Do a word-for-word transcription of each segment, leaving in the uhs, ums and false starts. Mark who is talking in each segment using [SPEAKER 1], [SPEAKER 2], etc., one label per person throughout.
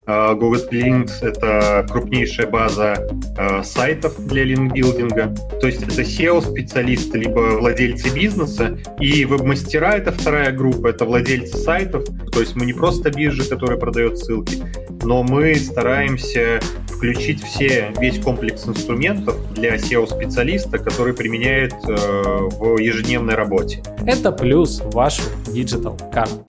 [SPEAKER 1] Google Links — это крупнейшая база э, сайтов для линкбилдинга. То есть это сео-специалисты, либо владельцы бизнеса. И веб-мастера — это вторая группа, это владельцы сайтов. То есть мы не просто биржа, которая продает ссылки, но мы стараемся включить все, весь комплекс инструментов для сео-специалиста, который применяет э, в ежедневной работе.
[SPEAKER 2] Это плюс в вашу Digital Karma.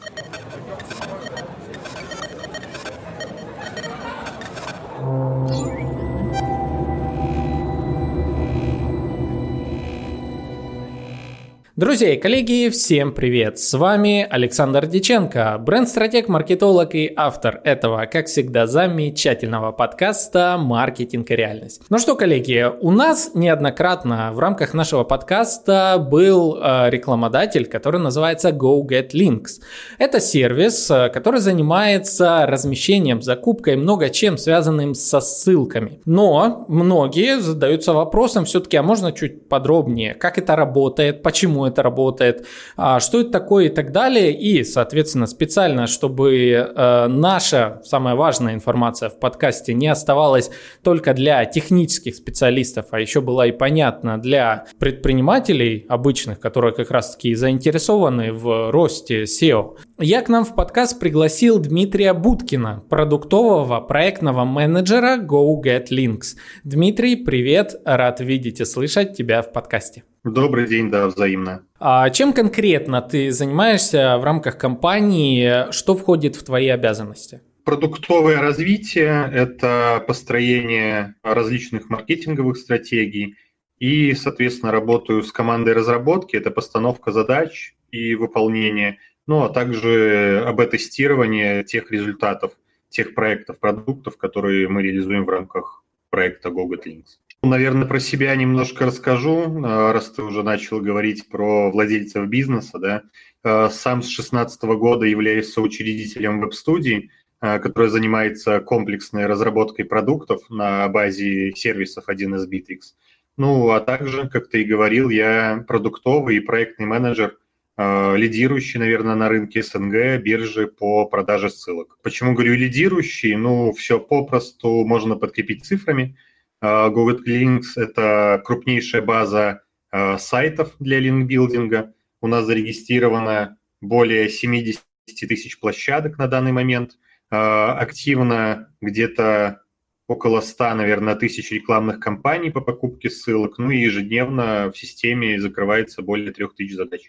[SPEAKER 2] Друзья и коллеги, всем привет! С вами Александр Дьяченко, бренд-стратег, маркетолог и автор этого, как всегда, замечательного подкаста «Маркетинг и реальность». Ну что, коллеги, у нас неоднократно в рамках нашего подкаста был э, рекламодатель, который называется GoGetLinks. Это сервис, который занимается размещением, закупкой, много чем связанным со ссылками. Но многие задаются вопросом все-таки, а можно чуть подробнее, как это работает, почему это работает, что это такое и так далее. И, соответственно, специально, чтобы э, наша самая важная информация в подкасте не оставалась только для технических специалистов, а еще была и понятна для предпринимателей обычных, которые как раз-таки заинтересованы в росте сео, я к нам в подкаст пригласил Дмитрия Будкина, продуктового проектного менеджера GoGetLinks. Дмитрий, привет, рад видеть и слышать тебя в подкасте.
[SPEAKER 1] Добрый день, да, взаимно.
[SPEAKER 2] А чем конкретно ты занимаешься в рамках компании? Что входит в твои обязанности?
[SPEAKER 1] Продуктовое развитие – это построение различных маркетинговых стратегий и, соответственно, работаю с командой разработки, это постановка задач и выполнение, ну а также об-тестирование тех результатов, тех проектов, продуктов, которые мы реализуем в рамках проекта GoGetLinks. Наверное, про себя немножко расскажу, раз ты уже начал говорить про владельцев бизнеса. Да? Сам с две тысячи шестнадцатого года являюсь соучредителем веб-студии, которая занимается комплексной разработкой продуктов на базе сервисов один эс Bittrex. Ну, а также, как ты и говорил, я продуктовый и проектный менеджер, лидирующий, наверное, на рынке эс эн гэ биржи по продаже ссылок. Почему говорю лидирующий? Ну, все попросту можно подкрепить цифрами. GoGetLinks — это крупнейшая база э, сайтов для линкбилдинга. У нас зарегистрировано более семьдесят тысяч площадок на данный момент. Э, активно где-то около ста, наверное, тысяч рекламных кампаний по покупке ссылок. Ну и ежедневно в системе закрывается более трех тысяч задач.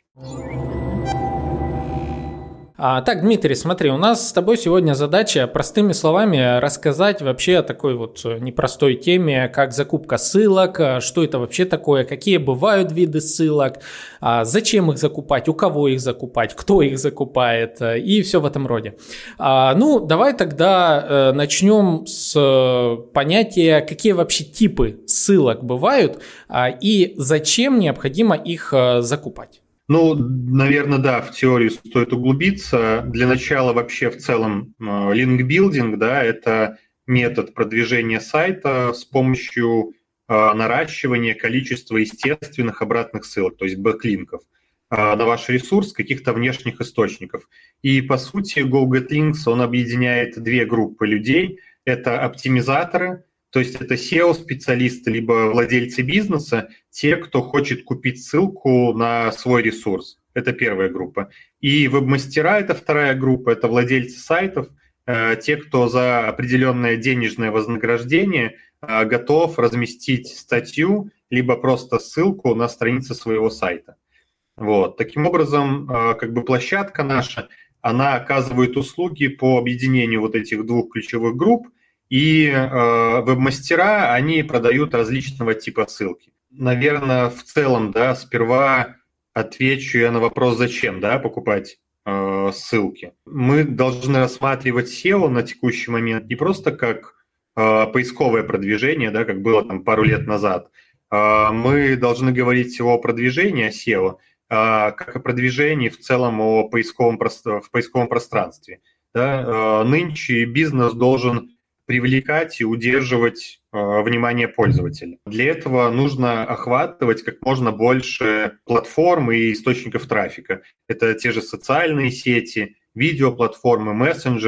[SPEAKER 2] А, так, Дмитрий, смотри, у нас с тобой сегодня задача простыми словами рассказать вообще о такой вот непростой теме, как закупка ссылок, что это вообще такое, какие бывают виды ссылок, а, зачем их закупать, у кого их закупать, кто их закупает и все в этом роде. А, ну, давай тогда начнем с понятия, какие вообще типы ссылок бывают а, и зачем необходимо их закупать.
[SPEAKER 1] Ну, наверное, да, в теорию стоит углубиться. Для начала вообще в целом линкбилдинг, да, это метод продвижения сайта с помощью наращивания количества естественных обратных ссылок, то есть бэклинков, на ваш ресурс каких-то внешних источников. И по сути GoGetLinks, он объединяет две группы людей. Это оптимизаторы, то есть это сео-специалисты, либо владельцы бизнеса, те, кто хочет купить ссылку на свой ресурс. Это первая группа. И веб-мастера – это вторая группа, это владельцы сайтов, э, те, кто за определенное денежное вознаграждение э, готов разместить статью, либо просто ссылку на странице своего сайта. Вот. Таким образом, э, как бы площадка наша, она оказывает услуги по объединению вот этих двух ключевых групп, и э, веб-мастера, они продают различного типа ссылки. Наверное, в целом, да, сперва отвечу я на вопрос, зачем, да, покупать э, ссылки. Мы должны рассматривать сео на текущий момент не просто как э, поисковое продвижение, да, как было там пару лет назад. Э, мы должны говорить о продвижении, о сео, э, как о продвижении в целом о поисковом, в поисковом пространстве. Да. Э, нынче бизнес должен привлекать и удерживать э, внимание пользователя. Для этого нужно охватывать как можно больше платформ и источников трафика. Это те же социальные сети, видеоплатформы, мессенджеры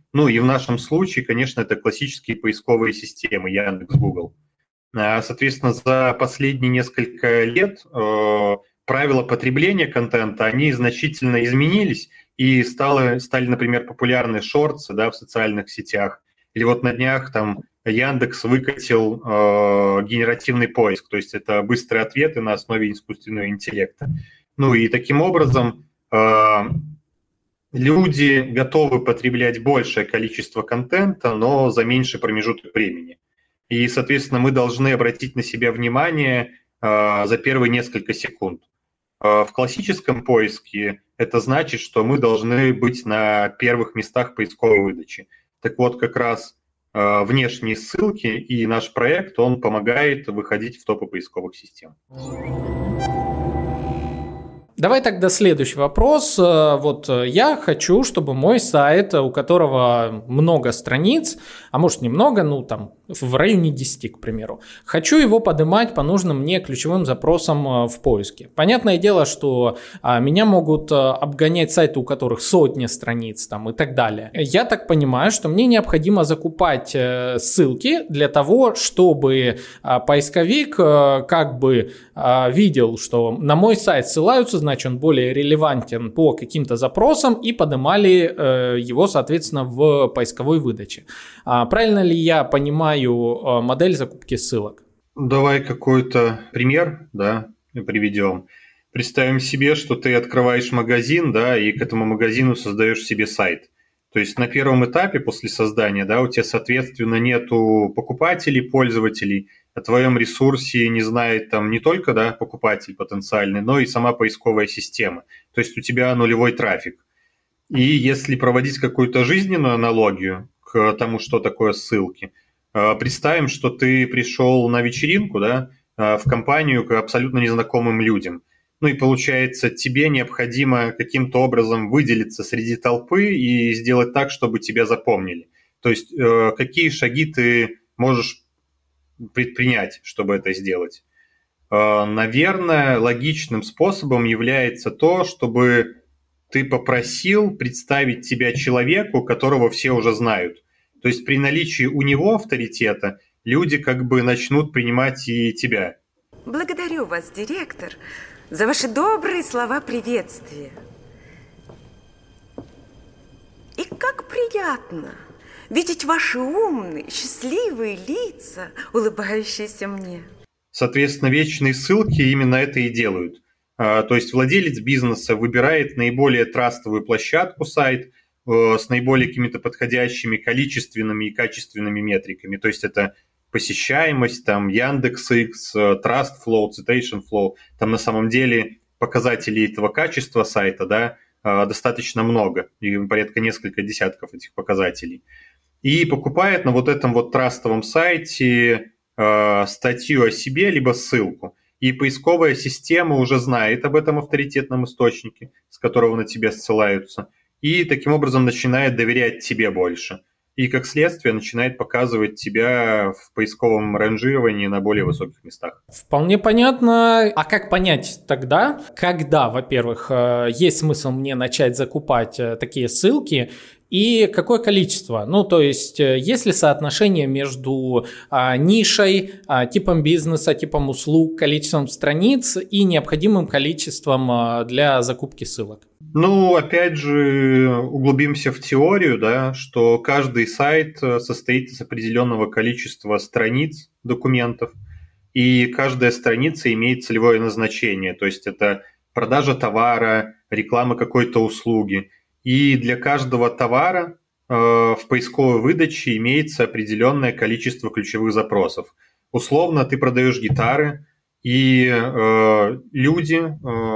[SPEAKER 1] Ну и в нашем случае, конечно, это классические поисковые системы Яндекс, Google. Соответственно, за последние несколько лет э, правила потребления контента, они значительно изменились, и стало, стали, например, популярны шортсы, да, в социальных сетях. Или вот на днях там Яндекс выкатил э, генеративный поиск, то есть это быстрые ответы на основе искусственного интеллекта. Ну и таким образом э, люди готовы потреблять большее количество контента, но за меньший промежуток времени. И, соответственно, мы должны обратить на себя внимание э, за первые несколько секунд. Э, в классическом поиске это значит, что мы должны быть на первых местах поисковой выдачи. Так вот, как раз э, внешние ссылки и наш проект, он помогает выходить в топы поисковых систем.
[SPEAKER 2] Давай тогда следующий вопрос. Вот я хочу, чтобы мой сайт, у которого много страниц, а может немного, ну там в районе десяти, к примеру, хочу его поднимать по нужным мне ключевым запросам в поиске. Понятное дело, что меня могут обгонять сайты, у которых сотни страниц там и так далее. Я так понимаю, что мне необходимо закупать ссылки для того, чтобы поисковик как бы видел, что на мой сайт ссылаются, значит, он более релевантен по каким-то запросам, и поднимали э, его, соответственно, в поисковой выдаче. А правильно ли я понимаю э, модель закупки ссылок?
[SPEAKER 1] Давай какой-то пример, да, приведем. Представим себе, что ты открываешь магазин, да, и к этому магазину создаешь себе сайт. То есть на первом этапе после создания, да, у тебя, соответственно, нету покупателей, пользователей, о твоем ресурсе не знает там не только, да, покупатель потенциальный, но и сама поисковая система. То есть у тебя нулевой трафик. И если проводить какую-то жизненную аналогию к тому, что такое ссылки, представим, что ты пришел на вечеринку, да, в компанию к абсолютно незнакомым людям. Ну и получается, тебе необходимо каким-то образом выделиться среди толпы и сделать так, чтобы тебя запомнили. То есть какие шаги ты можешь предпринять, чтобы это сделать? Наверное, логичным способом является то, чтобы ты попросил представить тебя человеку, которого все уже знают. То есть при наличии у него авторитета люди как бы начнут принимать и тебя.
[SPEAKER 3] Благодарю вас, директор, за ваши добрые слова приветствия. И как приятно видеть ваши умные, счастливые лица, улыбающиеся мне.
[SPEAKER 1] Соответственно, вечные ссылки именно это и делают. То есть владелец бизнеса выбирает наиболее трастовую площадку, сайт, с наиболее какими-то подходящими количественными и качественными метриками. То есть это посещаемость, там Яндекс.Икс, TrustFlow, CitationFlow. Там на самом деле показателей этого качества сайта, да, достаточно много, и порядка несколько десятков этих показателей. И покупает на вот этом вот трастовом сайте э, статью о себе, либо ссылку. И поисковая система уже знает об этом авторитетном источнике, с которого на тебя ссылаются, и таким образом начинает доверять тебе больше. И как следствие начинает показывать тебя в поисковом ранжировании на более высоких местах.
[SPEAKER 2] Вполне понятно. А как понять тогда, когда, во-первых, есть смысл мне начать закупать такие ссылки, и какое количество? Ну, то есть, есть ли соотношение между а, нишей, а, типом бизнеса, типом услуг, количеством страниц и необходимым количеством а, для закупки ссылок?
[SPEAKER 1] Ну, опять же, углубимся в теорию, да, что каждый сайт состоит из определенного количества страниц, документов, и каждая страница имеет целевое назначение, то есть это продажа товара, реклама какой-то услуги. И для каждого товара э, в поисковой выдаче имеется определенное количество ключевых запросов. Условно, ты продаешь гитары, и э, люди э,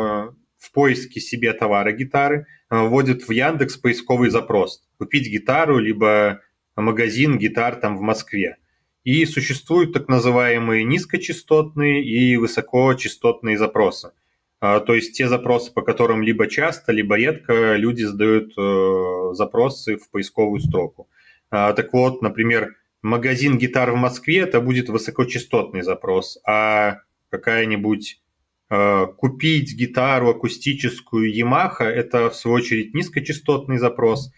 [SPEAKER 1] в поиске себе товара гитары э, вводят в Яндекс поисковый запрос: купить гитару, либо магазин гитар там в Москве. И существуют так называемые низкочастотные и высокочастотные запросы. То есть те запросы, по которым либо часто, либо редко люди задают э, запросы в поисковую строку. А, так вот, например, магазин гитар в Москве – это будет высокочастотный запрос, а какая-нибудь э, купить гитару акустическую Yamaha – это в свою очередь низкочастотный запрос.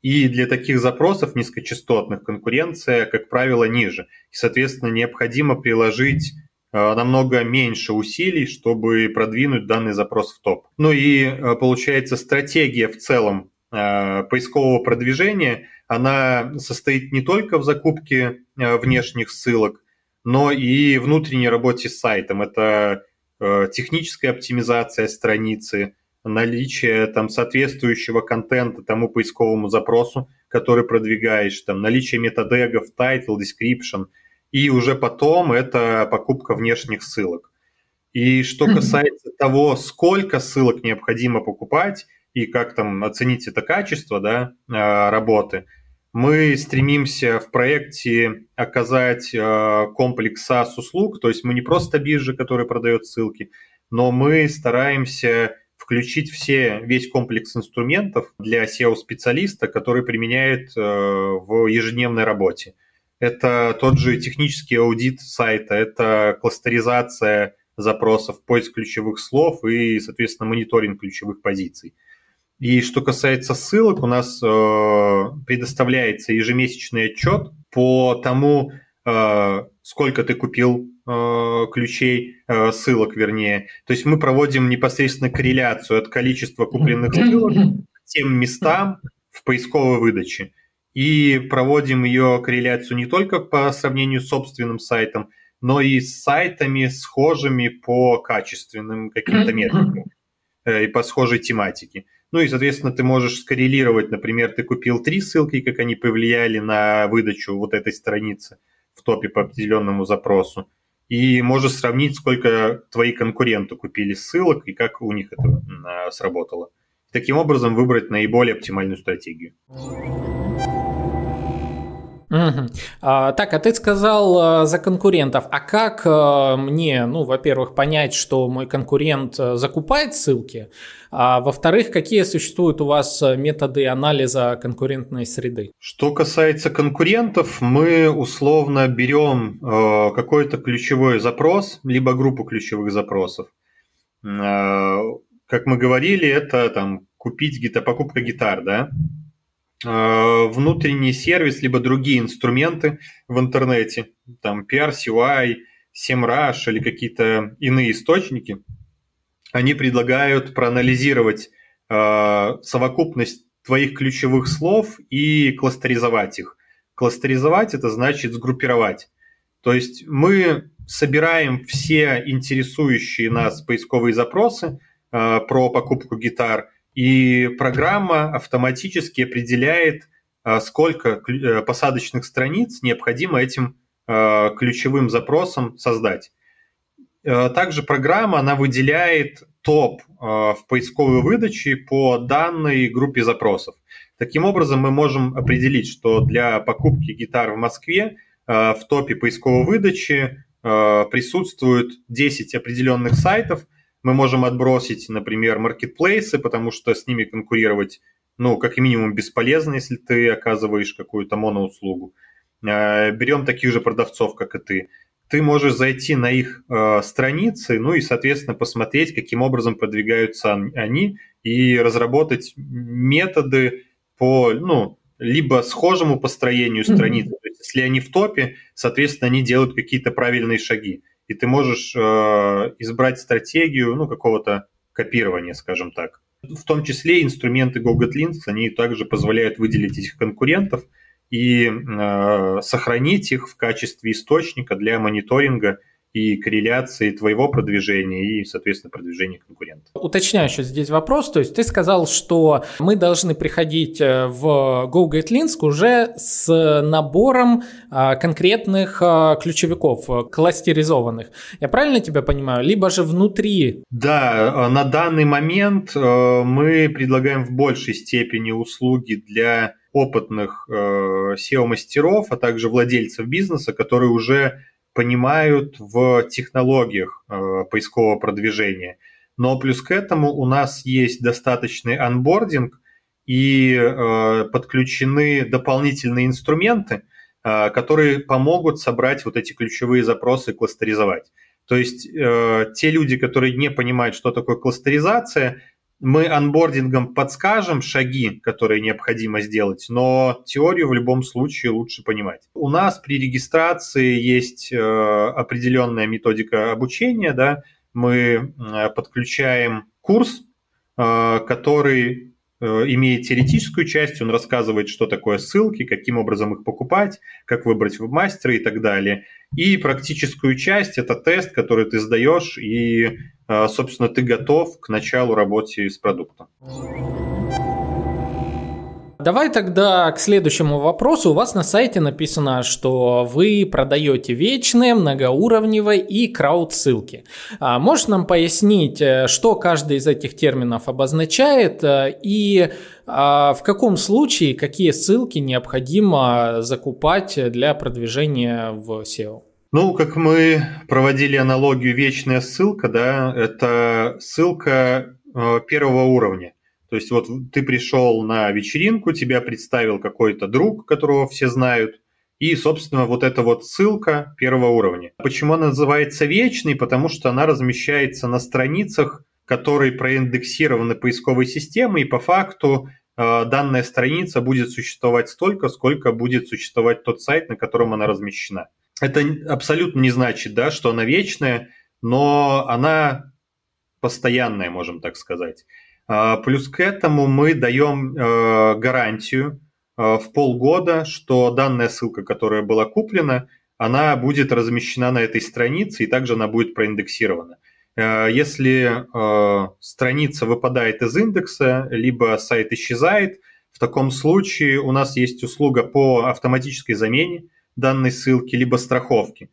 [SPEAKER 1] И для таких запросов низкочастотных конкуренция, как правило, ниже. И, соответственно, необходимо приложить намного меньше усилий, чтобы продвинуть данный запрос в топ. Ну и получается, стратегия в целом поискового продвижения, она состоит не только в закупке внешних ссылок, но и внутренней работе с сайтом. Это техническая оптимизация страницы, наличие там соответствующего контента тому поисковому запросу, который продвигаешь, там, наличие метатегов, title, description, и уже потом это покупка внешних ссылок. И что касается того, сколько ссылок необходимо покупать и как там оценить это качество, да, работы, мы стремимся в проекте оказать комплекс SaaS-услуг, то есть мы не просто биржа, которая продает ссылки, но мы стараемся включить все, весь комплекс инструментов для сео-специалиста, который применяет в ежедневной работе. Это тот же технический аудит сайта, это кластеризация запросов, поиск ключевых слов и, соответственно, мониторинг ключевых позиций. И что касается ссылок, у нас э, предоставляется ежемесячный отчет по тому, э, сколько ты купил э, ключей, э, ссылок, вернее. То есть мы проводим непосредственно корреляцию от количества купленных ссылок к тем местам в поисковой выдаче. И проводим ее корреляцию не только по сравнению с собственным сайтом, но и с сайтами, схожими по качественным каким-то метрикам и по схожей тематике. Ну и, соответственно, ты можешь скоррелировать, например, ты купил три ссылки, как они повлияли на выдачу вот этой страницы в топе по определенному запросу, и можешь сравнить, сколько твои конкуренты купили ссылок и как у них это сработало. Таким образом, выбрать наиболее оптимальную стратегию.
[SPEAKER 2] Угу. А, так, а ты сказал а, за конкурентов. А как а, мне, ну, во-первых, понять, что мой конкурент а, закупает ссылки, а во-вторых, какие существуют у вас методы анализа конкурентной среды?
[SPEAKER 1] Что касается конкурентов, мы условно берем э, какой-то ключевой запрос, либо группу ключевых запросов. Э, как мы говорили, это там купить гита, покупка гитар, да? Внутренний сервис, либо другие инструменты в интернете, там пи ар си ай, SEMrush или какие-то иные источники, они предлагают проанализировать э, совокупность твоих ключевых слов и кластеризовать их. Кластеризовать – это значит сгруппировать. То есть мы собираем все интересующие нас поисковые запросы э, про покупку гитар, и программа автоматически определяет, сколько посадочных страниц необходимо этим ключевым запросом создать. Также программа, она выделяет топ в поисковой выдаче по данной группе запросов. Таким образом, мы можем определить, что для покупки гитар в Москве в топе поисковой выдачи присутствуют десять определенных сайтов. Мы можем отбросить, например, маркетплейсы, потому что с ними конкурировать, ну, как минимум, бесполезно, если ты оказываешь какую-то моноуслугу. Берем таких же продавцов, как и ты. Ты можешь зайти на их э, страницы, ну и, соответственно, посмотреть, каким образом продвигаются они, и разработать методы по, ну, либо схожему построению страницы. То есть, если они в топе, соответственно, они делают какие-то правильные шаги. И ты можешь э, избрать стратегию, ну, какого-то копирования, скажем так. В том числе инструменты GoGetLinks, они также позволяют выделить этих конкурентов и э, сохранить их в качестве источника для мониторинга и корреляции твоего продвижения и, соответственно, продвижения конкурента.
[SPEAKER 2] Уточняю еще здесь вопрос. То есть ты сказал, что мы должны приходить в GoGetLinks уже с набором конкретных ключевиков, кластеризованных. Я правильно тебя понимаю? Либо же внутри?
[SPEAKER 1] Да, на данный момент мы предлагаем в большей степени услуги для опытных сео-мастеров, а также владельцев бизнеса, которые уже понимают в технологиях э, поискового продвижения. Но плюс к этому у нас есть достаточный онбординг и э, подключены дополнительные инструменты, э, которые помогут собрать вот эти ключевые запросы и кластеризовать. То есть э, те люди, которые не понимают, что такое кластеризация, мы онбордингом подскажем шаги, которые необходимо сделать, но теорию в любом случае лучше понимать. У нас при регистрации есть э, определенная методика обучения, да, мы э, подключаем курс, э, который э, имеет теоретическую часть, он рассказывает, что такое ссылки, каким образом их покупать, как выбрать вебмастера и так далее. И практическую часть – это тест, который ты сдаешь, и, собственно, ты готов к началу работы с продуктом.
[SPEAKER 2] Давай тогда к следующему вопросу. У вас на сайте написано, что вы продаете вечные, многоуровневые и крауд-ссылки. Можешь нам пояснить, что каждый из этих терминов обозначает и в каком случае какие ссылки необходимо закупать для продвижения в сео?
[SPEAKER 1] Ну, как мы проводили аналогию вечная ссылка, да, это ссылка первого уровня. То есть вот ты пришел на вечеринку, тебя представил какой-то друг, которого все знают, и, собственно, вот эта вот ссылка первого уровня. Почему она называется вечной? Потому что она размещается на страницах, которые проиндексированы поисковой системой, и по факту данная страница будет существовать столько, сколько будет существовать тот сайт, на котором она размещена. Это абсолютно не значит, да, что она вечная, но она постоянная, можем так сказать. Плюс к этому мы даем гарантию в полгода, что данная ссылка, которая была куплена, она будет размещена на этой странице, и также она будет проиндексирована. Если страница выпадает из индекса, либо сайт исчезает, в таком случае у нас есть услуга по автоматической замене данной ссылки, либо страховки,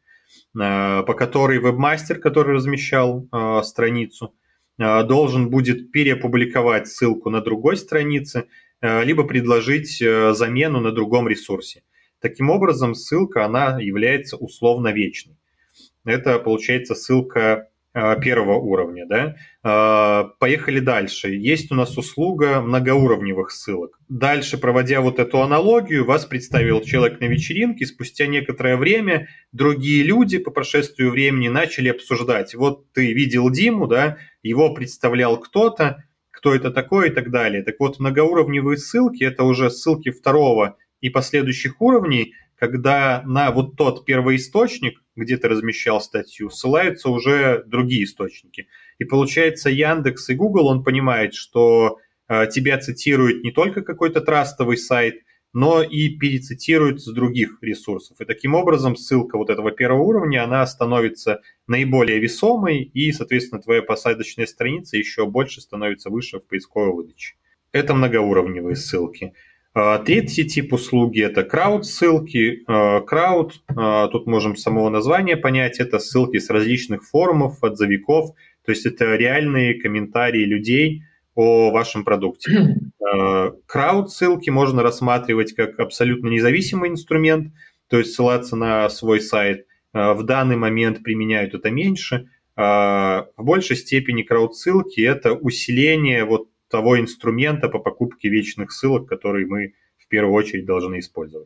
[SPEAKER 1] по которой вебмастер, который размещал страницу, должен будет переопубликовать ссылку на другой странице, либо предложить замену на другом ресурсе. Таким образом, ссылка, она является условно вечной. Это, получается, ссылка первого уровня. Да? Поехали дальше. Есть у нас услуга многоуровневых ссылок. Дальше, проводя вот эту аналогию, вас представил человек на вечеринке, спустя некоторое время другие люди по прошествию времени начали обсуждать. Вот ты видел Диму, да, его представлял кто-то, кто это такой и так далее. Так вот, многоуровневые ссылки – это уже ссылки второго и последующих уровней, когда на вот тот первоисточник, где ты размещал статью, ссылаются уже другие источники. И получается, Яндекс и Google, он понимает, что э, тебя цитирует не только какой-то трастовый сайт, но и перецитирует с других ресурсов. И таким образом ссылка вот этого первого уровня, она становится наиболее весомой, и, соответственно, твоя посадочная страница еще больше становится выше в поисковой выдаче. Это многоуровневые ссылки. Третий тип услуги – это крауд-ссылки. Крауд, тут можем с самого названия понять, это ссылки с различных форумов, отзывиков, то есть это реальные комментарии людей о вашем продукте. Крауд-ссылки можно рассматривать как абсолютно независимый инструмент, то есть ссылаться на свой сайт. В данный момент применяют это меньше. В большей степени крауд-ссылки – это усиление вот того инструмента по покупке вечных ссылок, который мы в первую очередь должны использовать.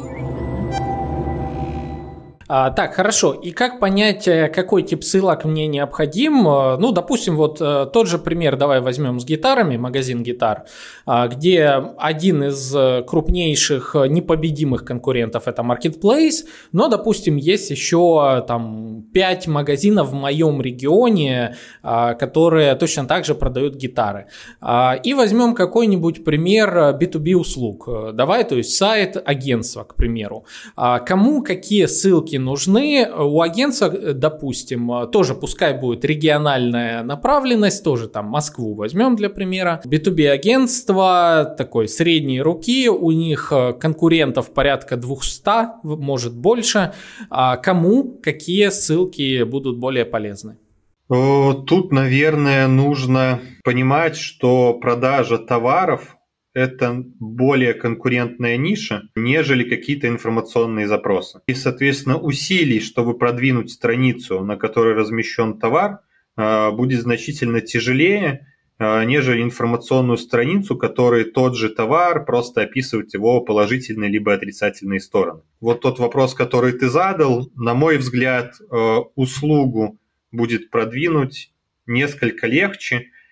[SPEAKER 2] А, так, хорошо. И как понять, какой тип ссылок мне необходим? Ну, допустим, вот тот же пример давай возьмем с гитарами, магазин гитар, где один из крупнейших непобедимых конкурентов – это Marketplace, но, допустим, есть еще там пять магазинов в моем регионе, которые точно так же продают гитары. И возьмем какой-нибудь пример би ту би услуг. Давай, то есть сайт агентства, к примеру. Кому какие ссылки нужны? У агентства, допустим, тоже пускай будет региональная направленность, тоже там Москву возьмем для примера. би ту би агентство такой средней руки, у них конкурентов порядка двести, может больше. Кому какие ссылки будут более полезны?
[SPEAKER 1] Тут, наверное, нужно понимать, что продажа товаров – это более конкурентная ниша, нежели какие-то информационные запросы. И, соответственно, усилий, чтобы продвинуть страницу, на которой размещен товар, будет значительно тяжелее, нежели информационную страницу, которой тот же товар, просто описывает его положительные либо отрицательные стороны. Вот тот вопрос, который ты задал, на мой взгляд, услугу будет продвинуть несколько легче,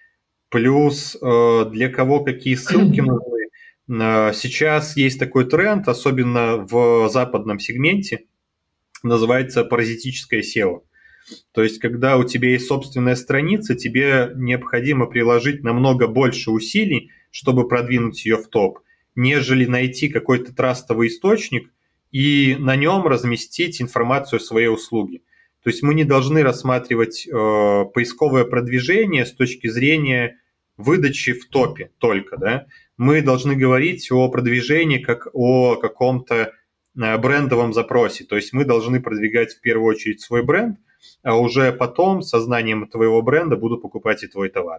[SPEAKER 1] Плюс для кого какие ссылки нужны. Сейчас есть такой тренд, особенно в западном сегменте, называется паразитическое сео. То есть, когда у тебя есть собственная страница, тебе необходимо приложить намного больше усилий, чтобы продвинуть ее в топ, нежели найти какой-то трастовый источник и на нем разместить информацию о своей услуге. То есть мы не должны рассматривать э, поисковое продвижение с точки зрения выдачи в топе только. Да? Мы должны говорить о продвижении как о каком-то брендовом запросе. То есть мы должны продвигать в первую очередь свой бренд, а уже потом со знанием твоего бренда будут покупать и твой товар.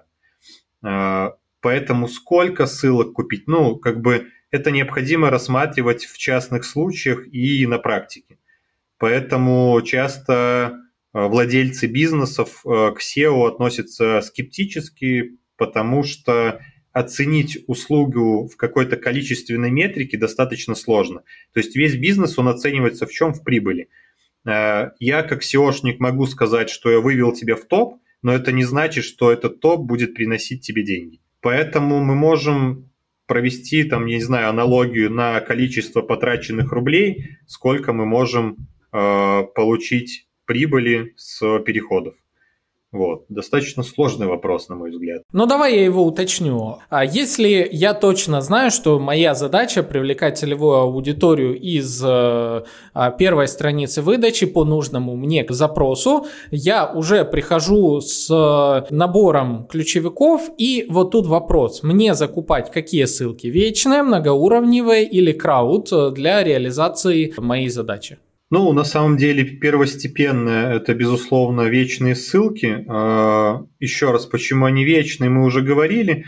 [SPEAKER 1] Поэтому сколько ссылок купить? Ну, как бы это необходимо рассматривать в частных случаях и на практике. Поэтому часто владельцы бизнесов к сео относятся скептически, потому что оценить услугу в какой-то количественной метрике достаточно сложно. То есть весь бизнес, он оценивается в чем? В прибыли. Я как сеошник могу сказать, что я вывел тебя в топ, но это не значит, что этот топ будет приносить тебе деньги. Поэтому мы можем провести, там, я не знаю, аналогию на количество потраченных рублей, сколько мы можем э, получить прибыли с переходов. Вот. Достаточно сложный вопрос, на мой взгляд.
[SPEAKER 2] Ну, давай я его уточню. А если я точно знаю, что моя задача привлекать целевую аудиторию из э, первой страницы выдачи по нужному мне запросу, я уже прихожу с набором ключевиков, и вот тут вопрос. Мне закупать какие ссылки? Вечные, многоуровневые или крауд для реализации моей задачи?
[SPEAKER 1] Ну, на самом деле, первостепенно это, безусловно, вечные ссылки. Еще раз, почему они вечные, мы уже говорили.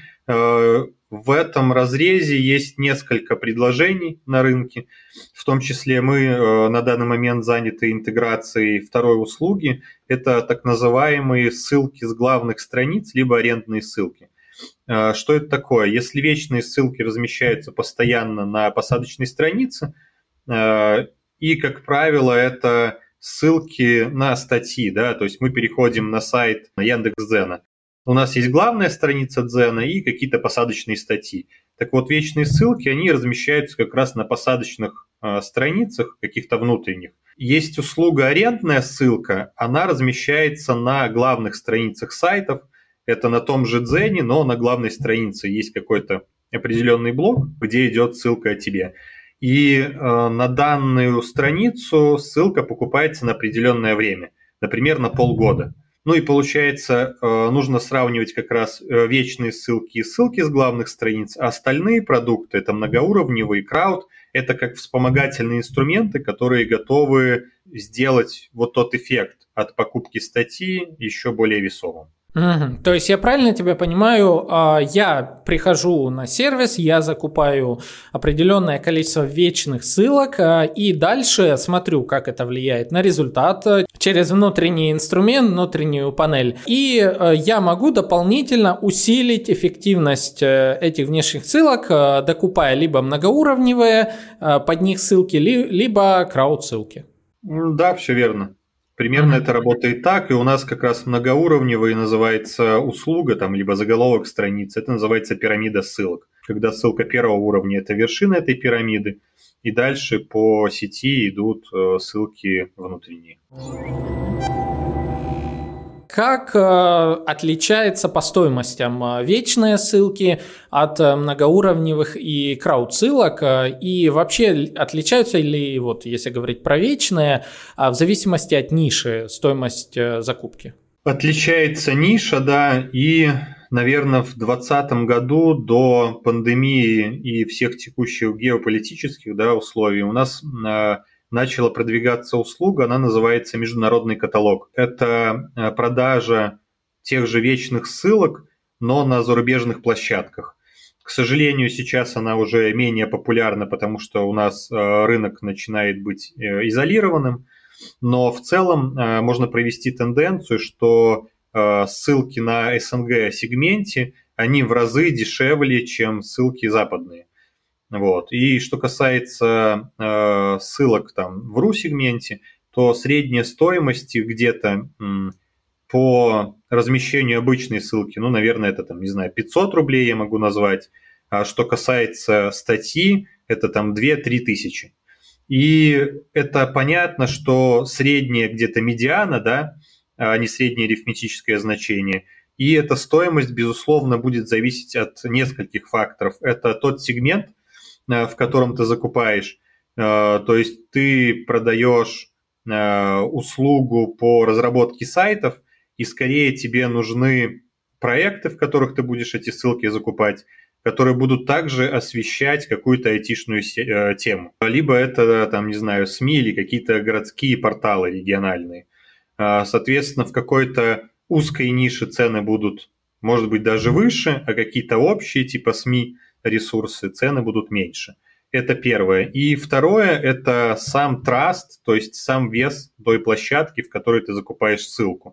[SPEAKER 1] В этом разрезе есть несколько предложений на рынке. В том числе мы на данный момент заняты интеграцией второй услуги. Это так называемые ссылки с главных страниц, либо арендные ссылки. Что это такое? Если вечные ссылки размещаются постоянно на посадочной странице, и, как правило, это ссылки на статьи, да, то есть мы переходим на сайт Яндекс.Дзена. У нас есть главная страница Дзена и какие-то посадочные статьи. Так вот, вечные ссылки, они размещаются как раз на посадочных э, страницах, каких-то внутренних. Есть услуга арендная ссылка, она размещается на главных страницах сайтов. Это на том же Дзене, но на главной странице есть какой-то определенный блок, где идет ссылка о тебе. И э, на данную страницу ссылка покупается на определенное время, например, на полгода. Ну и получается, э, нужно сравнивать как раз вечные ссылки и ссылки с главных страниц, а остальные продукты, это многоуровневый крауд, это как вспомогательные инструменты, которые готовы сделать вот тот эффект от покупки статьи еще более весомым.
[SPEAKER 2] Угу. То есть я правильно тебя понимаю, я прихожу на сервис, я закупаю определенное количество вечных ссылок и дальше смотрю, как это влияет на результат через внутренний инструмент, внутреннюю панель. И я могу дополнительно усилить эффективность этих внешних ссылок, докупая либо многоуровневые под них ссылки, либо крауд-ссылки.
[SPEAKER 1] Да, все верно. Примерно mm-hmm. это работает так, и у нас как раз многоуровневый называется услуга, там, либо заголовок страницы, это называется пирамида ссылок. Когда ссылка первого уровня – это вершина этой пирамиды, и дальше по сети идут ссылки внутренние.
[SPEAKER 2] Как э, отличается по стоимостям вечные ссылки от многоуровневых и крауд-ссылок? И вообще отличаются ли, вот, если говорить про вечные, в зависимости от ниши стоимость закупки?
[SPEAKER 1] Отличается ниша, да, и, наверное, в двадцатом году до пандемии и всех текущих геополитических, да, условий у нас начала продвигаться услуга, она называется международный каталог. Это продажа тех же вечных ссылок, но на зарубежных площадках. К сожалению, сейчас она уже менее популярна, потому что у нас рынок начинает быть изолированным, но в целом можно провести тенденцию, что ссылки на эс эн гэ-сегменте, они в разы дешевле, чем ссылки западные. Вот. И что касается э, ссылок там, в эр у-сегменте, то средняя стоимость где-то м, по размещению обычной ссылки, ну, наверное, это там, не знаю, пятьсот рублей я могу назвать. А что касается статьи, это там две-три тысячи. И это понятно, что средняя где-то медиана, да, а не среднее арифметическое значение. И эта стоимость, безусловно, будет зависеть от нескольких факторов. Это тот сегмент, в котором ты закупаешь. То есть ты продаешь услугу по разработке сайтов, и скорее тебе нужны проекты, в которых ты будешь эти ссылки закупать, которые будут также освещать какую-то айтишную тему. Либо это, там, не знаю, СМИ или какие-то городские порталы региональные. Соответственно, в какой-то узкой нише цены будут, может быть, даже выше, а какие-то общие, типа СМИ, ресурсы, цены будут меньше. Это первое. И второе – это сам траст, то есть сам вес той площадки, в которой ты закупаешь ссылку.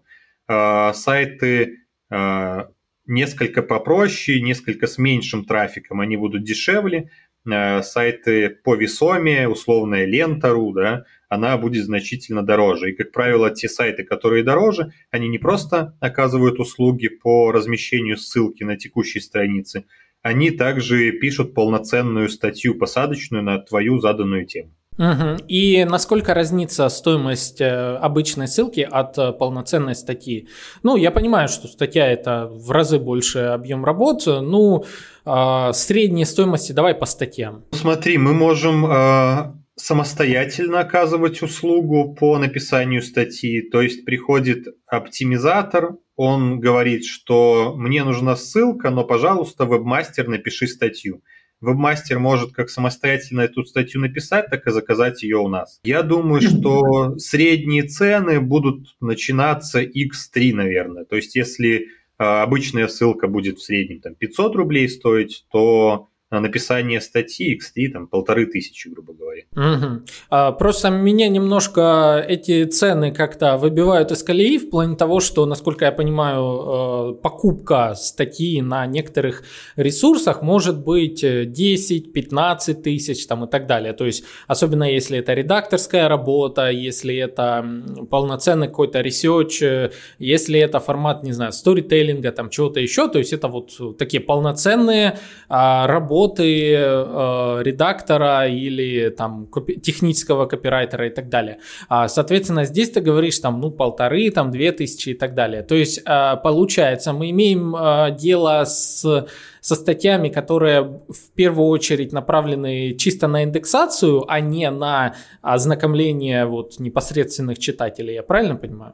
[SPEAKER 1] Сайты несколько попроще, несколько с меньшим трафиком, они будут дешевле. Сайты повесомее, условная Лента.ру, да, она будет значительно дороже. И, как правило, те сайты, которые дороже, они не просто оказывают услуги по размещению ссылки на текущей странице, они также пишут полноценную статью посадочную на твою заданную тему.
[SPEAKER 2] Угу. И насколько разнится стоимость обычной ссылки от полноценной статьи? Ну, я понимаю, что статья – это в разы больше объем работ. Ну, э, средние стоимости давай по статьям.
[SPEAKER 1] Смотри, мы можем э, самостоятельно оказывать услугу по написанию статьи. То есть приходит оптимизатор, он говорит, что мне нужна ссылка, но, пожалуйста, вебмастер, напиши статью. Вебмастер может как самостоятельно эту статью написать, так и заказать ее у нас. Я думаю, что средние цены будут начинаться икс три, наверное. То есть если а, обычная ссылка будет в среднем там, пятьсот рублей стоить, то написание статьи икс три там полторы тысячи, грубо говоря.
[SPEAKER 2] Угу. А, просто меня немножко эти цены как-то выбивают из колеи в плане того, что, насколько я понимаю, покупка статьи на некоторых ресурсах может быть десять-пятнадцать тысяч там, и так далее. То есть, особенно если это редакторская работа, если это полноценный какой-то ресерч, если это формат, не знаю, сторителлинга, там чего-то еще, то есть это вот такие полноценные а, работы работы э, редактора или там копи- технического копирайтера и так далее. А, соответственно, здесь ты говоришь там, ну, полторы, там, две тысячи и так далее. То есть, э, получается, мы имеем э, дело с, со статьями, которые в первую очередь направлены чисто на индексацию, а не на ознакомление вот непосредственных читателей. Я правильно понимаю?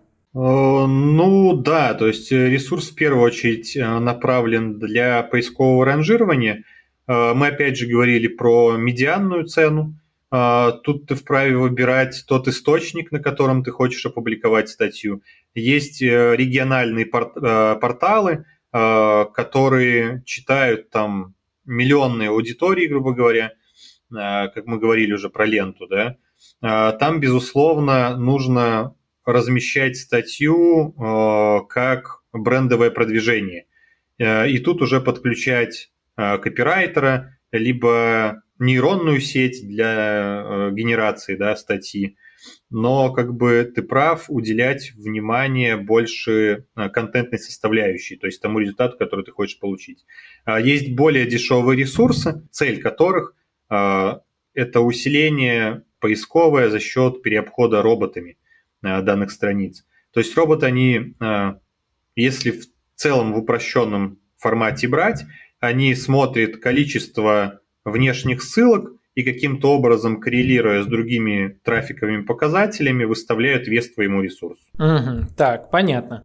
[SPEAKER 1] Ну да, то есть ресурс в первую очередь направлен для поискового ранжирования. Мы опять же говорили про медианную цену. Тут ты вправе выбирать тот источник, на котором ты хочешь опубликовать статью. Есть региональные порталы, которые читают там миллионные аудитории, грубо говоря, как мы говорили уже про ленту, да. Там, безусловно, нужно размещать статью как брендовое продвижение. И тут уже подключать копирайтера, либо нейронную сеть для генерации, да, статьи. Но как бы ты прав, уделять внимание больше контентной составляющей, то есть тому результату, который ты хочешь получить. Есть более дешевые ресурсы, цель которых – это усиление поисковое за счет переобхода роботами данных страниц. То есть роботы, они, если в целом в упрощенном формате брать, они смотрят количество внешних ссылок и каким-то образом, коррелируя с другими трафиковыми показателями, выставляют вес твоему ресурсу.
[SPEAKER 2] Угу, так, понятно.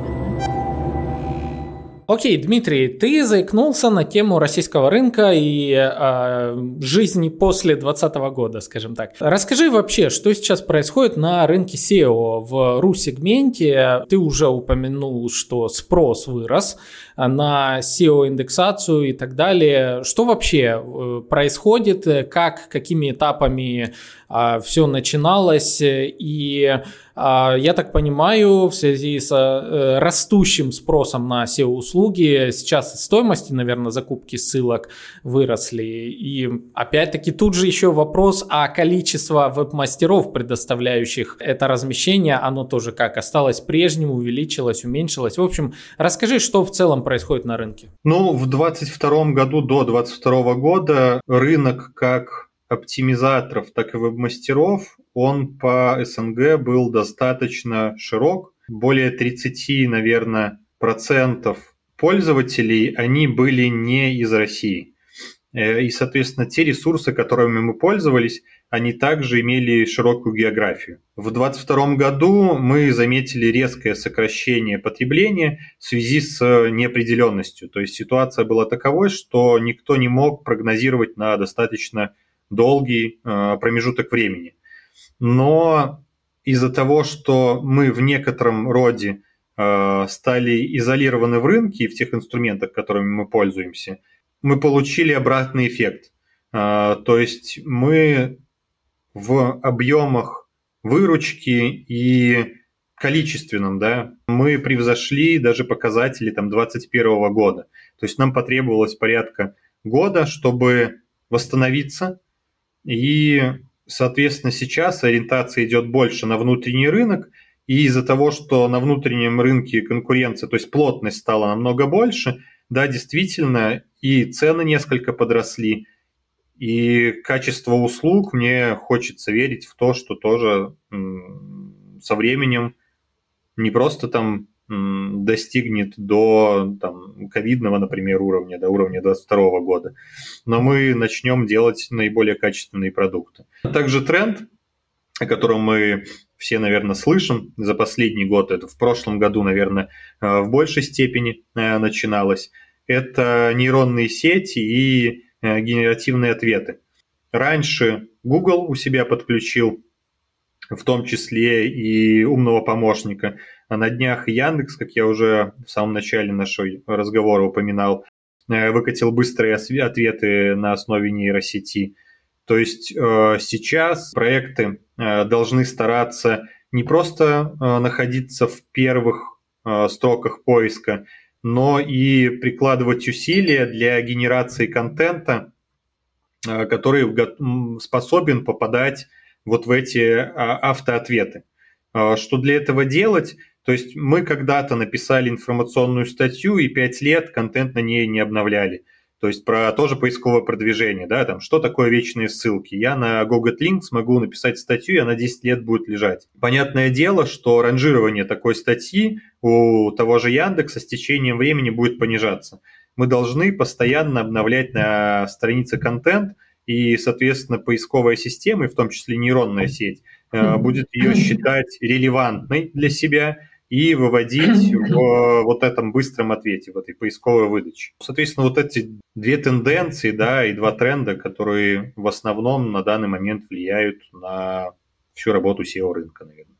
[SPEAKER 2] Окей, Дмитрий, ты заикнулся на тему российского рынка и э, жизни после двадцатого года, скажем так. Расскажи вообще, что сейчас происходит на рынке сео в ру-сегменте. Ты уже упомянул, что спрос вырос на сео-индексацию и так далее. Что вообще происходит, как, какими этапами э, все начиналось и Я так понимаю, в связи с растущим спросом на эс и о-услуги сейчас стоимости, наверное, закупки ссылок выросли. И опять-таки тут же еще вопрос, а количество веб-мастеров, предоставляющих это размещение, оно тоже как? Осталось прежним, увеличилось, уменьшилось? В общем, расскажи, что в целом происходит на рынке.
[SPEAKER 1] Ну, в двадцать втором году до двадцать второго года рынок как оптимизаторов, так и веб-мастеров, он по эс эн гэ был достаточно широк. Более тридцать, наверное, процентов пользователей, они были не из России. И, соответственно, те ресурсы, которыми мы пользовались, они также имели широкую географию. В двадцать втором году мы заметили резкое сокращение потребления в связи с неопределенностью. То есть ситуация была таковой, что никто не мог прогнозировать на достаточно долгий промежуток времени. Но из-за того, что мы в некотором роде стали изолированы в рынке и в тех инструментах, которыми мы пользуемся, мы получили обратный эффект. То есть мы в объемах выручки и количественном, да, мы превзошли даже показатели там двадцать первого года. То есть нам потребовалось порядка года, чтобы восстановиться. И, соответственно, сейчас ориентация идет больше на внутренний рынок. И из-за того, что на внутреннем рынке конкуренция, то есть плотность стала намного больше, да, действительно, и цены несколько подросли, и качество услуг, мне хочется верить в то, что тоже со временем не просто там достигнет до там, ковидного, например, уровня, до уровня двадцать второго года, но мы начнем делать наиболее качественные продукты. Также тренд, о котором мы все, наверное, слышим за последний год, это в прошлом году, наверное, в большей степени начиналось, это нейронные сети и генеративные ответы. Раньше Google у себя подключил в том числе и умного помощника, а на днях Яндекс, как я уже в самом начале нашего разговора упоминал, выкатил быстрые ответы на основе нейросети. То есть сейчас проекты должны стараться не просто находиться в первых строках поиска, но и прикладывать усилия для генерации контента, который способен попадать вот в эти автоответы. Что для этого делать? То есть мы когда-то написали информационную статью и пять лет контент на ней не обновляли. То есть про тоже поисковое продвижение, да, там, что такое вечные ссылки. Я на GoGetLink смогу написать статью, и она десять лет будет лежать. Понятное дело, что ранжирование такой статьи у того же Яндекса с течением времени будет понижаться. Мы должны постоянно обновлять на странице контент, и, соответственно, поисковая система, и в том числе нейронная сеть, будет ее считать релевантной для себя и выводить в вот этом быстром ответе, в этой поисковой выдаче. Соответственно, вот эти две тенденции, да, и два тренда, которые в основном на данный момент влияют на всю работу эс и о-рынка, наверное.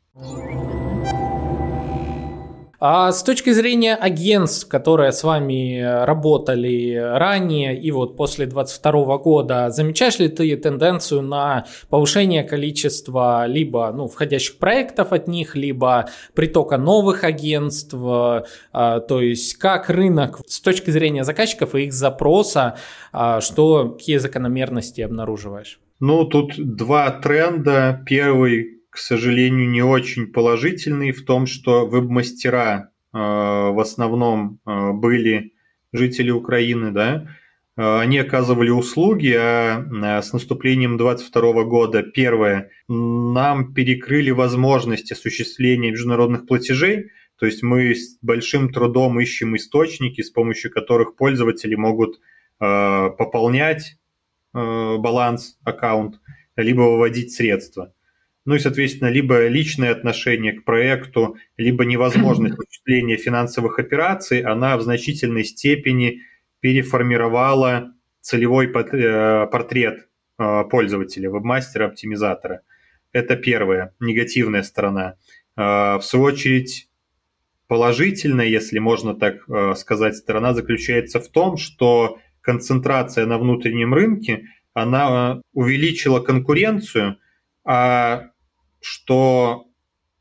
[SPEAKER 2] А с точки зрения агентств, которые с вами работали ранее и вот после двадцать второго года, замечаешь ли ты тенденцию на повышение количества либо ну, входящих проектов от них, либо притока новых агентств? То есть как рынок с точки зрения заказчиков и их запроса, что какие закономерности обнаруживаешь?
[SPEAKER 1] Ну, тут два тренда. Первый, к сожалению, не очень положительный в том, что веб-мастера э, в основном э, были жители Украины, да, э, они оказывали услуги, а э, с наступлением двадцать второго года, первое, нам перекрыли возможность осуществления международных платежей, то есть мы с большим трудом ищем источники, с помощью которых пользователи могут э, пополнять э, баланс, аккаунт, либо выводить средства. Ну и, соответственно, либо личное отношение к проекту, либо невозможность осуществления финансовых операций, она в значительной степени переформировала целевой портрет пользователя, вебмастера, оптимизатора. Это первая, негативная сторона. В свою очередь, положительная, если можно так сказать, сторона заключается в том, что концентрация на внутреннем рынке, она увеличила конкуренцию, а что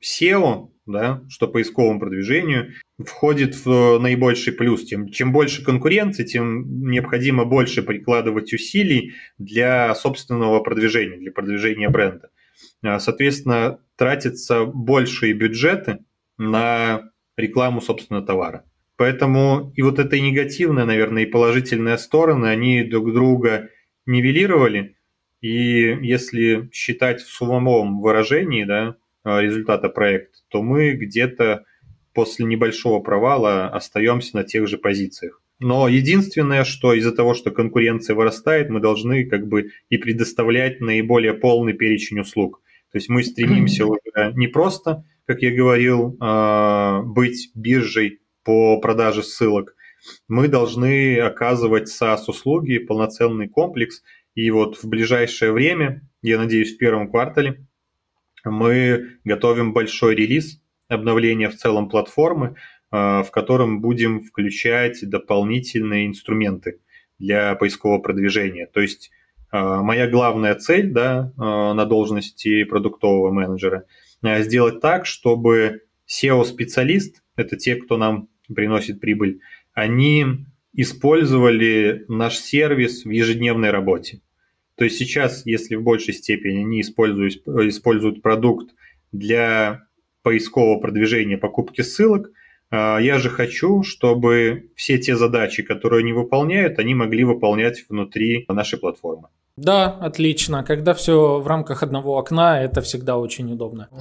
[SPEAKER 1] сео, да, что поисковому продвижению, входит в наибольший плюс. Тем, чем больше конкуренции, тем необходимо больше прикладывать усилий для собственного продвижения, для продвижения бренда. Соответственно, тратятся большие бюджеты на рекламу собственного товара. Поэтому и вот эта и негативная, наверное, и положительная стороны, они друг друга нивелировали. И если считать в суммовом выражении, да, результата проекта, то мы где-то после небольшого провала остаемся на тех же позициях. Но единственное, что из-за того, что конкуренция вырастает, мы должны как бы и предоставлять наиболее полный перечень услуг. То есть мы стремимся уже не просто, как я говорил, быть биржей по продаже ссылок, мы должны оказывать SaaS-услуги, полноценный комплекс. И вот в ближайшее время, я надеюсь, в первом квартале, мы готовим большой релиз, обновление в целом платформы, в котором будем включать дополнительные инструменты для поискового продвижения. То есть моя главная цель, да, на должности продуктового менеджера – сделать так, чтобы сео-специалист, это те, кто нам приносит прибыль, они использовали наш сервис в ежедневной работе. То есть сейчас, если в большей степени они используют, используют продукт для поискового продвижения, покупки ссылок, я же хочу, чтобы все те задачи, которые они выполняют, они могли выполнять внутри нашей платформы.
[SPEAKER 2] Да, отлично. Когда все в рамках одного окна, это всегда очень удобно.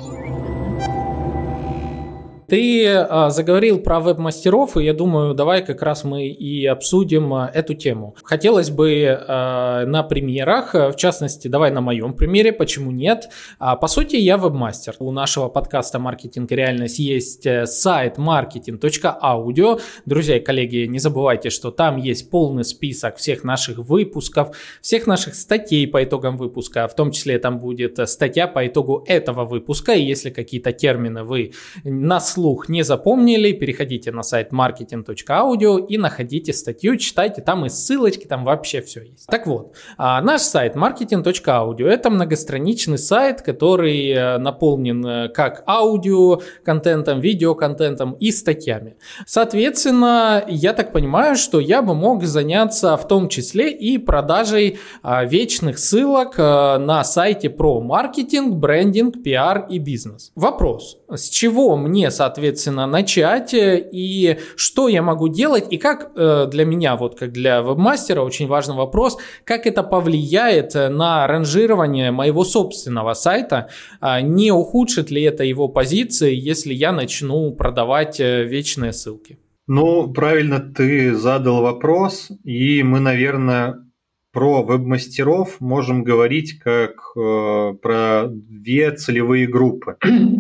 [SPEAKER 2] Ты а, заговорил про веб-мастеров, и я думаю, давай как раз мы и обсудим а, эту тему. Хотелось бы а, на примерах, в частности, давай на моем примере, почему нет. А, по сути, я веб-мастер. У нашего подкаста «Маркетинг и реальность» есть сайт маркетинг точка аудио. Друзья и коллеги, не забывайте, что там есть полный список всех наших выпусков, всех наших статей по итогам выпуска, в том числе там будет статья по итогу этого выпуска, и если какие-то термины вы нас слух не запомнили, переходите на сайт маркетинг точка аудио и находите статью, читайте, там и ссылочки, там вообще все есть. Так вот, наш сайт маркетинг точка аудио это многостраничный сайт, который наполнен как аудио контентом, видеоконтентом и статьями. Соответственно, я так понимаю, что я бы мог заняться в том числе и продажей вечных ссылок на сайте про маркетинг, брендинг, пиар и бизнес. Вопрос, с чего мне, соответственно, соответственно, начать и что я могу делать, и как для меня, вот как для вебмастера, очень важный вопрос, как это повлияет на ранжирование моего собственного сайта, не ухудшит ли это его позиции, если я начну продавать вечные ссылки?
[SPEAKER 1] Ну, правильно ты задал вопрос, и мы, наверное, про веб-мастеров можем говорить как э, про две целевые группы.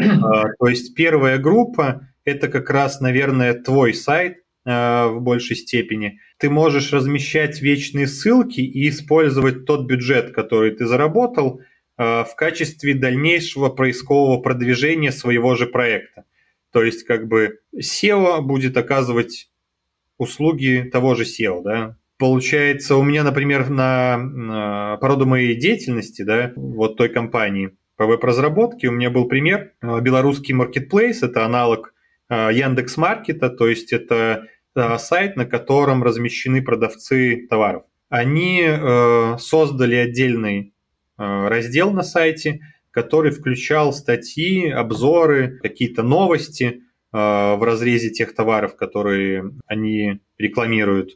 [SPEAKER 1] э, то есть первая группа – это как раз, наверное, твой сайт э, в большей степени. Ты можешь размещать вечные ссылки и использовать тот бюджет, который ты заработал, э, в качестве дальнейшего поискового продвижения своего же проекта. То есть как бы сео будет оказывать услуги того же сео, да. Получается, у меня, например, на, по роду моей деятельности, да, вот той компании по веб-разработке, у меня был пример. Белорусский маркетплейс – это аналог Яндекс.Маркета, то есть это сайт, на котором размещены продавцы товаров. Они создали отдельный раздел на сайте, который включал статьи, обзоры, какие-то новости в разрезе тех товаров, которые они рекламируют.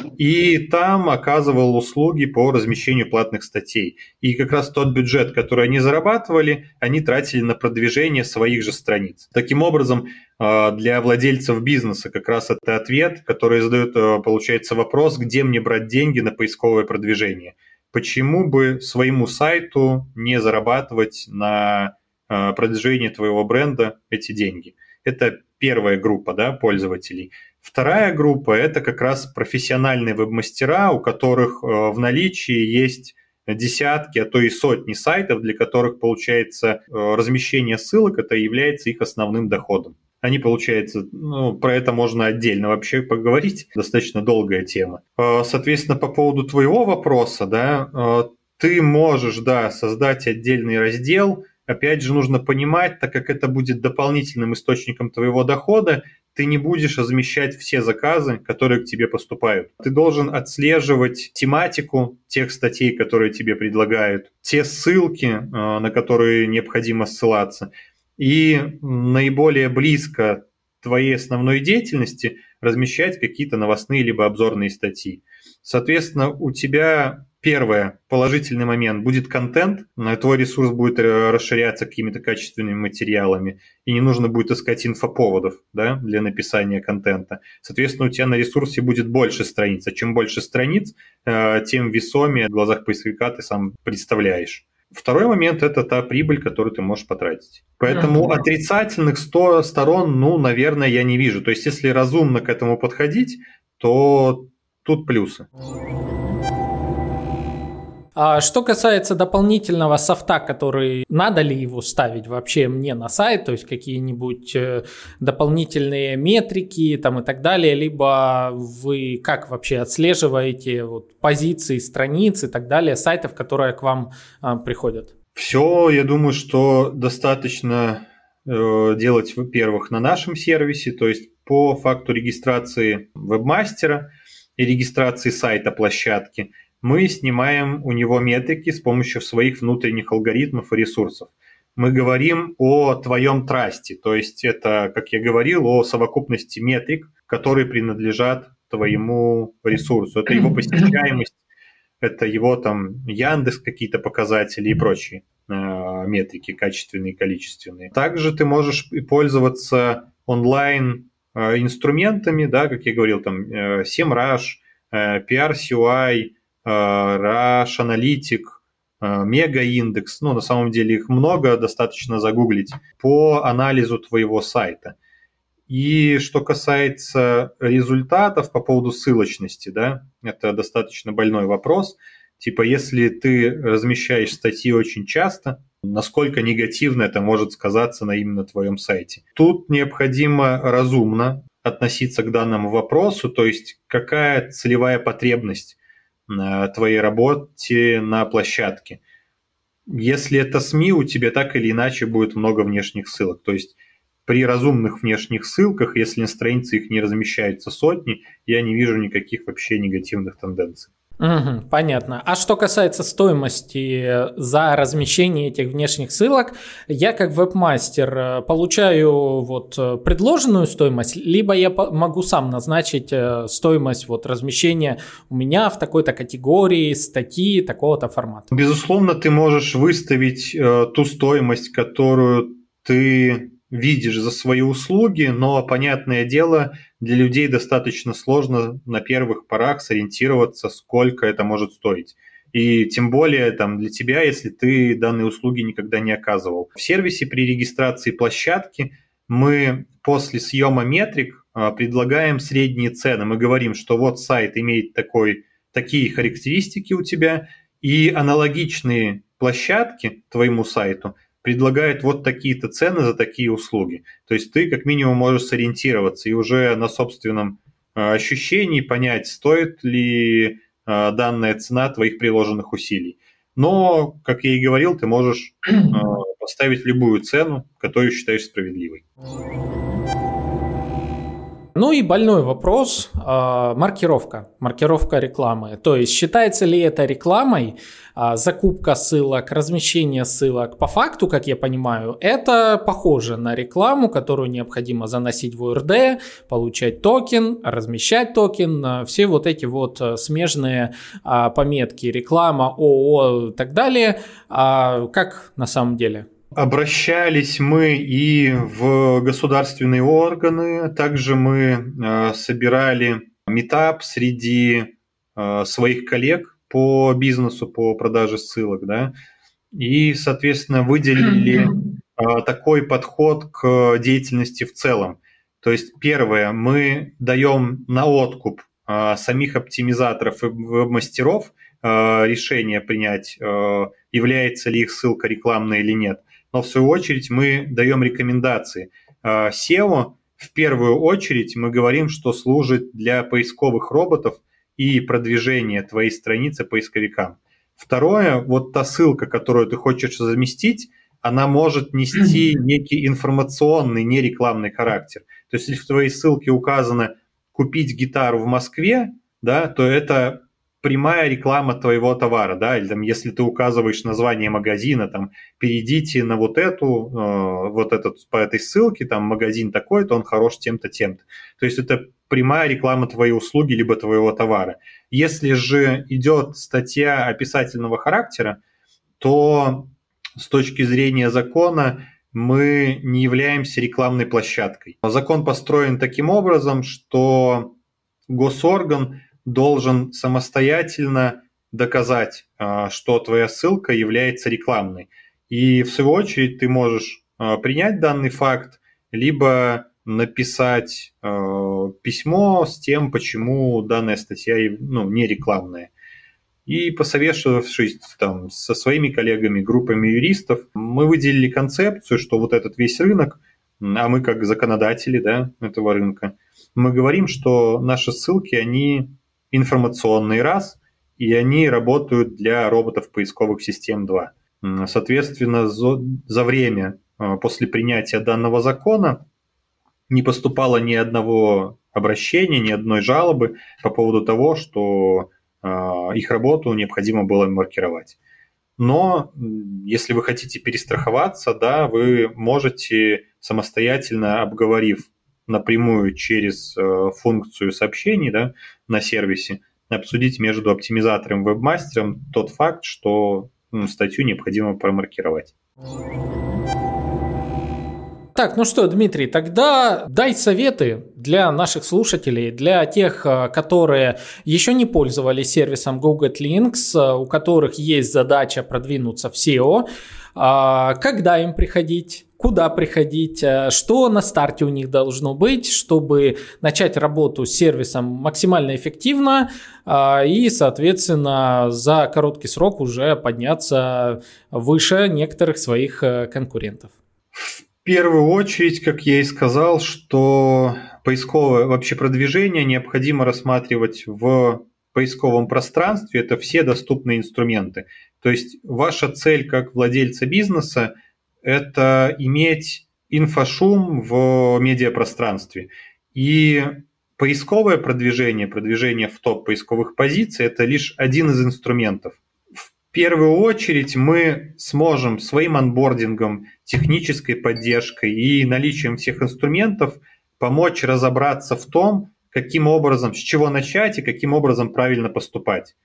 [SPEAKER 1] И там оказывал услуги по размещению платных статей. И как раз тот бюджет, который они зарабатывали, они тратили на продвижение своих же страниц. Таким образом, для владельцев бизнеса как раз это ответ, который задает, получается, вопрос, где мне брать деньги на поисковое продвижение. Почему бы своему сайту не зарабатывать на продвижение твоего бренда эти деньги? Это первая группа, да, пользователей. Вторая группа – это как раз профессиональные веб-мастера, у которых в наличии есть десятки, а то и сотни сайтов, для которых, получается, размещение ссылок – это является их основным доходом. Они, получается, ну, про это можно отдельно вообще поговорить, достаточно долгая тема. Соответственно, по поводу твоего вопроса, да, ты можешь, да, создать отдельный раздел, опять же, нужно понимать, так как это будет дополнительным источником твоего дохода, ты не будешь размещать все заказы, которые к тебе поступают. Ты должен отслеживать тематику тех статей, которые тебе предлагают, те ссылки, на которые необходимо ссылаться, и наиболее близко твоей основной деятельности размещать какие-то новостные либо обзорные статьи. Соответственно, у тебя первое, положительный момент, будет контент, твой ресурс будет расширяться какими-то качественными материалами, и не нужно будет искать инфоповодов, да, для написания контента. Соответственно, у тебя на ресурсе будет больше страниц, а чем больше страниц, тем весомее в глазах поисковика ты сам представляешь. Второй момент – это та прибыль, которую ты можешь потратить. Поэтому mm-hmm. отрицательных сто сторон, ну, наверное, я не вижу. То есть, если разумно к этому подходить, то тут плюсы.
[SPEAKER 2] А что касается дополнительного софта, который надо ли его ставить вообще мне на сайт, то есть какие-нибудь дополнительные метрики там и так далее, либо вы как вообще отслеживаете вот позиции, страниц и так далее сайтов, которые к вам а, приходят?
[SPEAKER 1] Все, я думаю, что достаточно э, делать, во-первых, на нашем сервисе, то есть по факту регистрации вебмастера и регистрации сайта площадки мы снимаем у него метрики с помощью своих внутренних алгоритмов и ресурсов. Мы говорим о твоем трасте, то есть это, как я говорил, о совокупности метрик, которые принадлежат твоему ресурсу. Это его посещаемость, это его там Яндекс какие-то показатели и прочие э, метрики, качественные и количественные. Также ты можешь пользоваться онлайн э, инструментами, да, как я говорил, там э, Semrush, э, пи ар си ю ай, Rush Analytic, Мегаиндекс, ну, на самом деле их много, достаточно загуглить, по анализу твоего сайта. И что касается результатов по поводу ссылочности, да, это достаточно больной вопрос. Типа, если ты размещаешь статьи очень часто, насколько негативно это может сказаться на именно твоем сайте. Тут необходимо разумно относиться к данному вопросу, то есть какая целевая потребность твоей работе на площадке. Если это СМИ, у тебя так или иначе будет много внешних ссылок. То есть при разумных внешних ссылках, если на странице их не размещаются сотни, я не вижу никаких вообще негативных тенденций.
[SPEAKER 2] Угу, понятно. А что касается стоимости за размещение этих внешних ссылок, я как вебмастер получаю вот предложенную стоимость, либо я могу сам назначить стоимость вот размещения у меня в такой-то категории статьи такого-то формата.
[SPEAKER 1] Безусловно, ты можешь выставить э, ту стоимость, которую ты видишь за свои услуги, но, понятное дело, для людей достаточно сложно на первых порах сориентироваться, сколько это может стоить. И тем более там, для тебя, если ты данные услуги никогда не оказывал. В сервисе при регистрации площадки мы после съема метрик предлагаем средние цены. Мы говорим, что вот сайт имеет такой, такие характеристики у тебя, и аналогичные площадки твоему сайту предлагает вот такие-то цены за такие услуги. То есть ты как минимум можешь сориентироваться и уже на собственном э, ощущении понять, стоит ли э, данная цена твоих приложенных усилий. Но, как я и говорил, ты можешь э, поставить любую цену, которую считаешь справедливой.
[SPEAKER 2] Ну и больной вопрос, э, маркировка, маркировка рекламы. То есть считается ли это рекламой, э, закупка ссылок, размещение ссылок? По факту, как я понимаю, это похоже на рекламу, которую необходимо заносить в о эр дэ, получать токен, размещать токен, э, все вот эти вот смежные э, пометки, реклама, ООО и так далее. А как на самом деле?
[SPEAKER 1] Обращались мы и в государственные органы, также мы э, собирали митап среди э, своих коллег по бизнесу, по продаже ссылок, да, и, соответственно, выделили э, такой подход к деятельности в целом. То есть, первое, мы даем на откуп э, самих оптимизаторов и веб-мастеров э, решение принять, э, является ли их ссылка рекламной или нет. Но в свою очередь мы даем рекомендации. сео в первую очередь мы говорим, что служит для поисковых роботов и продвижения твоей страницы поисковикам. Второе, вот та ссылка, которую ты хочешь заместить, она может нести некий информационный, не рекламный характер. То есть, если в твоей ссылке указано «купить гитару в Москве», да, то это прямая реклама твоего товара, да, или там, если ты указываешь название магазина, там, перейдите на вот эту, э, вот этот, по этой ссылке, там, магазин такой-то, он хорош тем-то, тем-то. То есть это прямая реклама твоей услуги, либо твоего товара. Если же идет статья описательного характера, то с точки зрения закона мы не являемся рекламной площадкой. Закон построен таким образом, что госорган должен самостоятельно доказать, что твоя ссылка является рекламной. И в свою очередь ты можешь принять данный факт, либо написать письмо с тем, почему данная статья, ну, не рекламная. И посоветовавшись там со своими коллегами, группами юристов, мы выделили концепцию, что вот этот весь рынок, а мы как законодатели, да, этого рынка, мы говорим, что наши ссылки, они информационные раз, и они работают для роботов поисковых систем два. Соответственно, за время после принятия данного закона не поступало ни одного обращения, ни одной жалобы по поводу того, что их работу необходимо было маркировать. Но если вы хотите перестраховаться, да, вы можете самостоятельно, обговорив напрямую через функцию сообщений, да, на сервисе, обсудить между оптимизатором и вебмастером тот факт, что, ну, статью необходимо промаркировать.
[SPEAKER 2] Так, ну что, Дмитрий, тогда дай советы для наших слушателей, для тех, которые еще не пользовались сервисом GoGetLinks, у которых есть задача продвинуться в сео. Когда им приходить, куда приходить, что на старте у них должно быть, чтобы начать работу с сервисом максимально эффективно и, соответственно, за короткий срок уже подняться выше некоторых своих конкурентов.
[SPEAKER 1] В первую очередь, как я и сказал, что поисковое вообще продвижение необходимо рассматривать в поисковом пространстве. Это все доступные инструменты. То есть ваша цель как владельца бизнеса – это иметь инфошум в медиапространстве. И поисковое продвижение, продвижение в топ поисковых позиций – это лишь один из инструментов. В первую очередь мы сможем своим онбордингом, технической поддержкой и наличием всех инструментов помочь разобраться в том, каким образом, с чего начать и каким образом правильно поступать.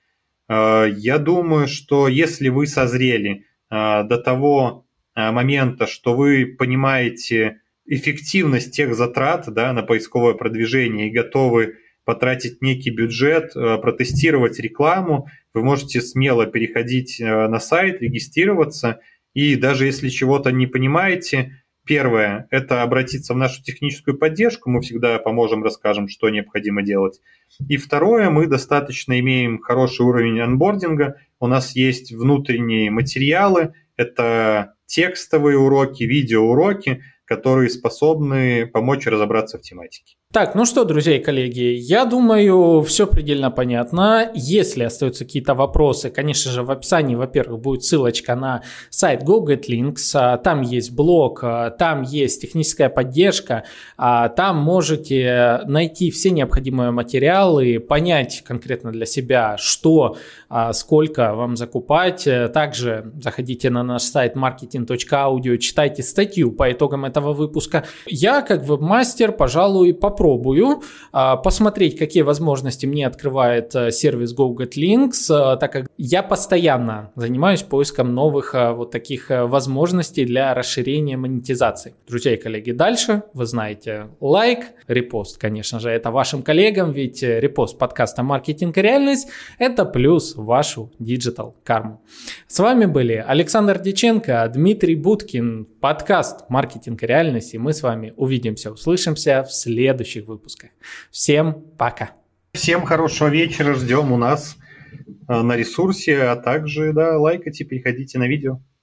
[SPEAKER 1] Я думаю, что если вы созрели до того момента, что вы понимаете эффективность тех затрат, да, на поисковое продвижение и готовы потратить некий бюджет, протестировать рекламу, вы можете смело переходить на сайт, регистрироваться, и даже если чего-то не понимаете, первое – это обратиться в нашу техническую поддержку, мы всегда поможем, расскажем, что необходимо делать. И второе, мы достаточно имеем хороший уровень онбординга, у нас есть внутренние материалы, это текстовые уроки, видеоуроки, которые способны помочь разобраться в тематике.
[SPEAKER 2] Так, ну что, друзья и коллеги, я думаю, все предельно понятно. Если остаются какие-то вопросы, конечно же, в описании, во-первых, будет ссылочка на сайт GoGetLinks, там есть блог, там есть техническая поддержка, там можете найти все необходимые материалы, понять конкретно для себя, что, сколько вам закупать. Также заходите на наш сайт маркетинг точка аудио, читайте статью по итогам этого выпуска. Я, как вебмастер, пожалуй, попробую Попробую посмотреть, какие возможности мне открывает сервис GoGetLinks, так как я постоянно занимаюсь поиском новых вот таких возможностей для расширения монетизации. Друзья и коллеги, дальше вы знаете, лайк, репост, конечно же, это вашим коллегам, ведь репост подкаста «Маркетинг и реальность» – это плюс в вашу диджитал-карму. С вами были Александр Дьяченко, Дмитрий Будкин, подкаст «Маркетинг и реальность», и мы с вами увидимся, услышимся в следующем выпусках. Всем пока.
[SPEAKER 1] Всем хорошего вечера. Ждем у нас на ресурсе, а также, да, лайкайте, переходите на видео.